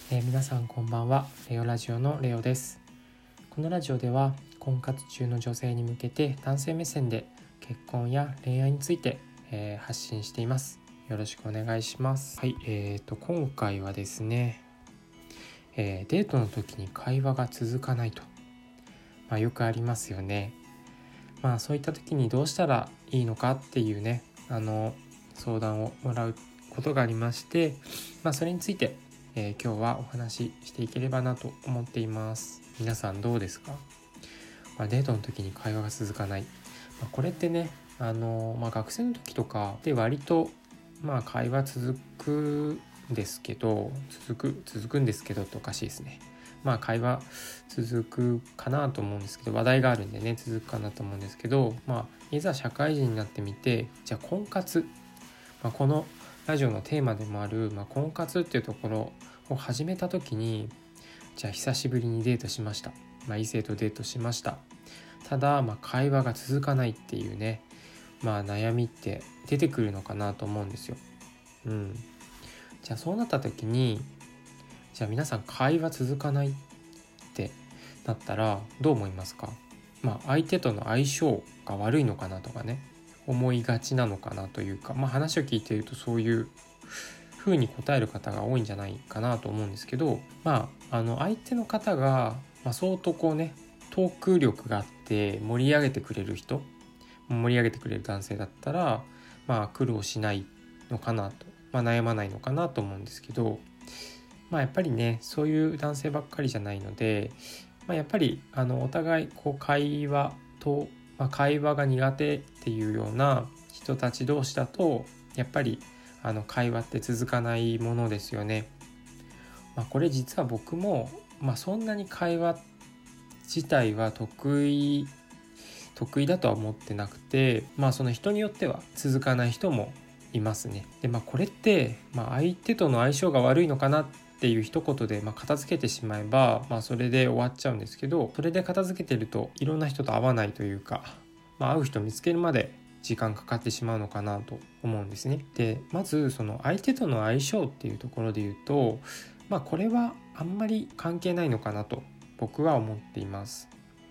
皆さんこんばんは。レオラジオのレオです。このラジオでは婚活中の女性に向けて男性目線で結婚や恋愛について、発信しています。よろしくお願いします。はい、今回はですね、デートの時に会話が続かないと、よくありますよね。そういった時にどうしたらいいのかっていうね、相談をもらうことがありまして、それについて今日はお話ししていければなと思っています。皆さんどうですか？デートの時に会話が続かない、これってね、学生の時とかで割と会話続くんですけどっておかしいですね。会話続くかなと思うんですけど、話題があるんでね続くかなと思うんですけど、いざ社会人になってみて、じゃあ婚活、このラジオのテーマでもある、婚活っていうところを始めた時に、じゃあ久しぶりにデートしました、異性とデートしました。ただ、会話が続かないっていうね、悩みって出てくるのかなと思うんですよ。じゃあそうなった時に、じゃあ皆さん会話続かないってなったらどう思いますか？相手との相性が悪いのかなとかね、思いがちなのかなというか、話を聞いているとそういう風に答える方が多いんじゃないかなと思うんですけど、相手の方が、相当トーク力があって盛り上げてくれる男性だったら、苦労しないのかなと、悩まないのかなと思うんですけど、やっぱりね、そういう男性ばっかりじゃないので、やっぱりお互い会話が苦手っていうような人たち同士だと、やっぱり会話って続かないものですよね。これ実は僕も、そんなに会話自体は得意だとは思ってなくて、その人によっては続かない人もいますね。で、これって、相手との相性が悪いのかなっていう一言で片付けてしまえば、それで終わっちゃうんですけど、それで片付けてるといろんな人と会わないというか、会う人見つけるまで時間かかってしまうのかなと思うんですね。で、まずその相手との相性っていうところで言うと、これはあんまり関係ないのかなと僕は思っています。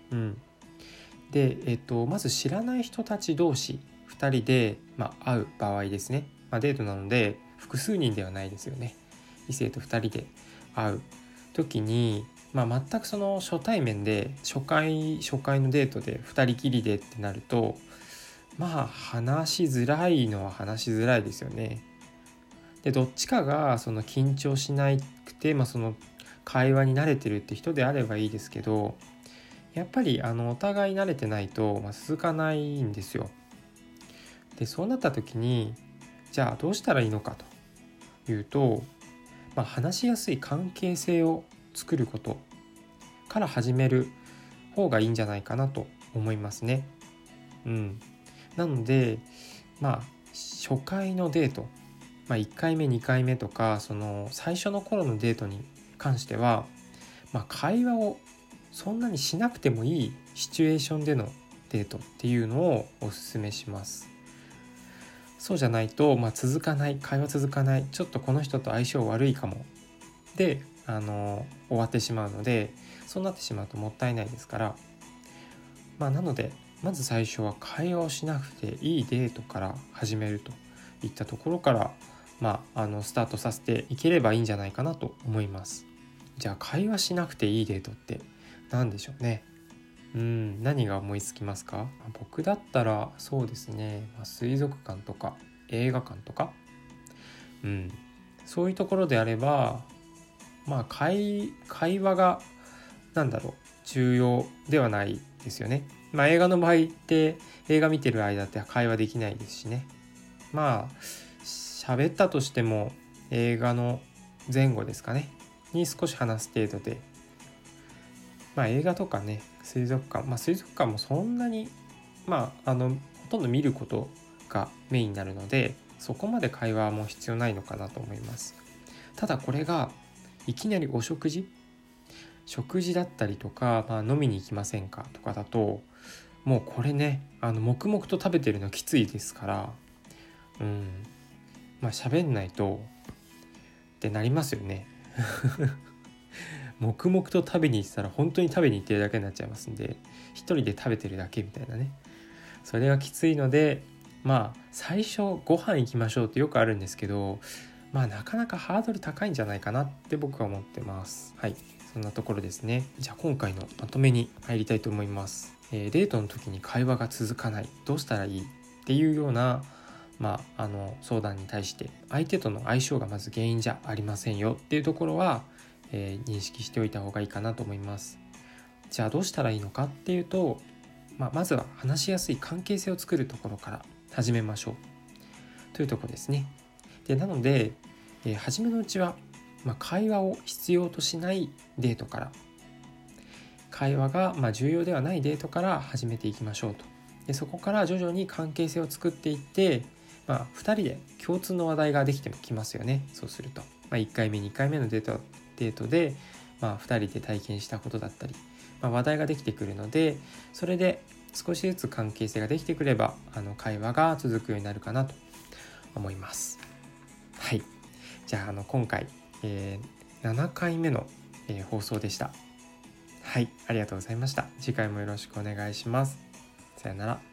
で、まず知らない人たち同士2人で、会う場合ですね、デートなので複数人ではないですよね。異性と2人で会う時に、全くその初対面で初回のデートで2人きりでってなると、話しづらいのは話しづらいですよね。で、どっちかがその緊張しなくて、その会話に慣れてるって人であればいいですけど、やっぱりお互い慣れてないと、続かないんですよ。で、そうなった時に、じゃあどうしたらいいのかというと、話しやすい関係性を作ることから始める方がいいんじゃないかなと思いますね。なので、初回のデート、1回目2回目とか、その最初の頃のデートに関しては、会話をそんなにしなくてもいいシチュエーションでのデートっていうのをお勧めします。そうじゃないと、会話続かない、ちょっとこの人と相性悪いかもで終わってしまうので、そうなってしまうともったいないですから、なのでまず最初は会話をしなくていいデートから始めるといったところから、スタートさせていければいいんじゃないかなと思います。じゃあ会話しなくていいデートって何でしょうね。何が思いつきますか？僕だったらそうですね、水族館とか映画館とか、そういうところであれば、会話が重要ではないですよね。映画の場合って映画見てる間って会話できないですしね。喋ったとしても映画の前後ですかねに少し話す程度で、映画とかね、水族館もそんなにほとんど見ることがメインになるので、そこまで会話も必要ないのかなと思います。ただこれがいきなりお食事だったりとか、飲みに行きませんかとかだと、もうこれね、黙々と食べてるのきついですから、喋んないとってなりますよね黙々と食べに行ってたら本当に食べに行ってるだけになっちゃいますんで、一人で食べてるだけみたいなね、それがきついので、最初ご飯行きましょうってよくあるんですけど、なかなかハードル高いんじゃないかなって僕は思ってます。はい、そんなところですね。じゃあ今回のまとめに入りたいと思います。デートの時に会話が続かない、どうしたらいいっていうような相談に対して、相手との相性がまず原因じゃありませんよっていうところは、認識しておいた方がいいかなと思います。じゃあどうしたらいいのかっていうと、まずは話しやすい関係性を作るところから始めましょうというところですね。でなので、初めのうちは、会話を必要としないデートから、会話が重要ではないデートから始めていきましょうと。でそこから徐々に関係性を作っていって、2人で共通の話題ができてきますよね。そうすると、1回目2回目のデートで、2人で体験したことだったり、話題ができてくるので、それで少しずつ関係性ができてくれば会話が続くようになるかなと思います。はい、じゃあ今回、7回目の、放送でした。はい、ありがとうございました。次回もよろしくお願いします。さよなら。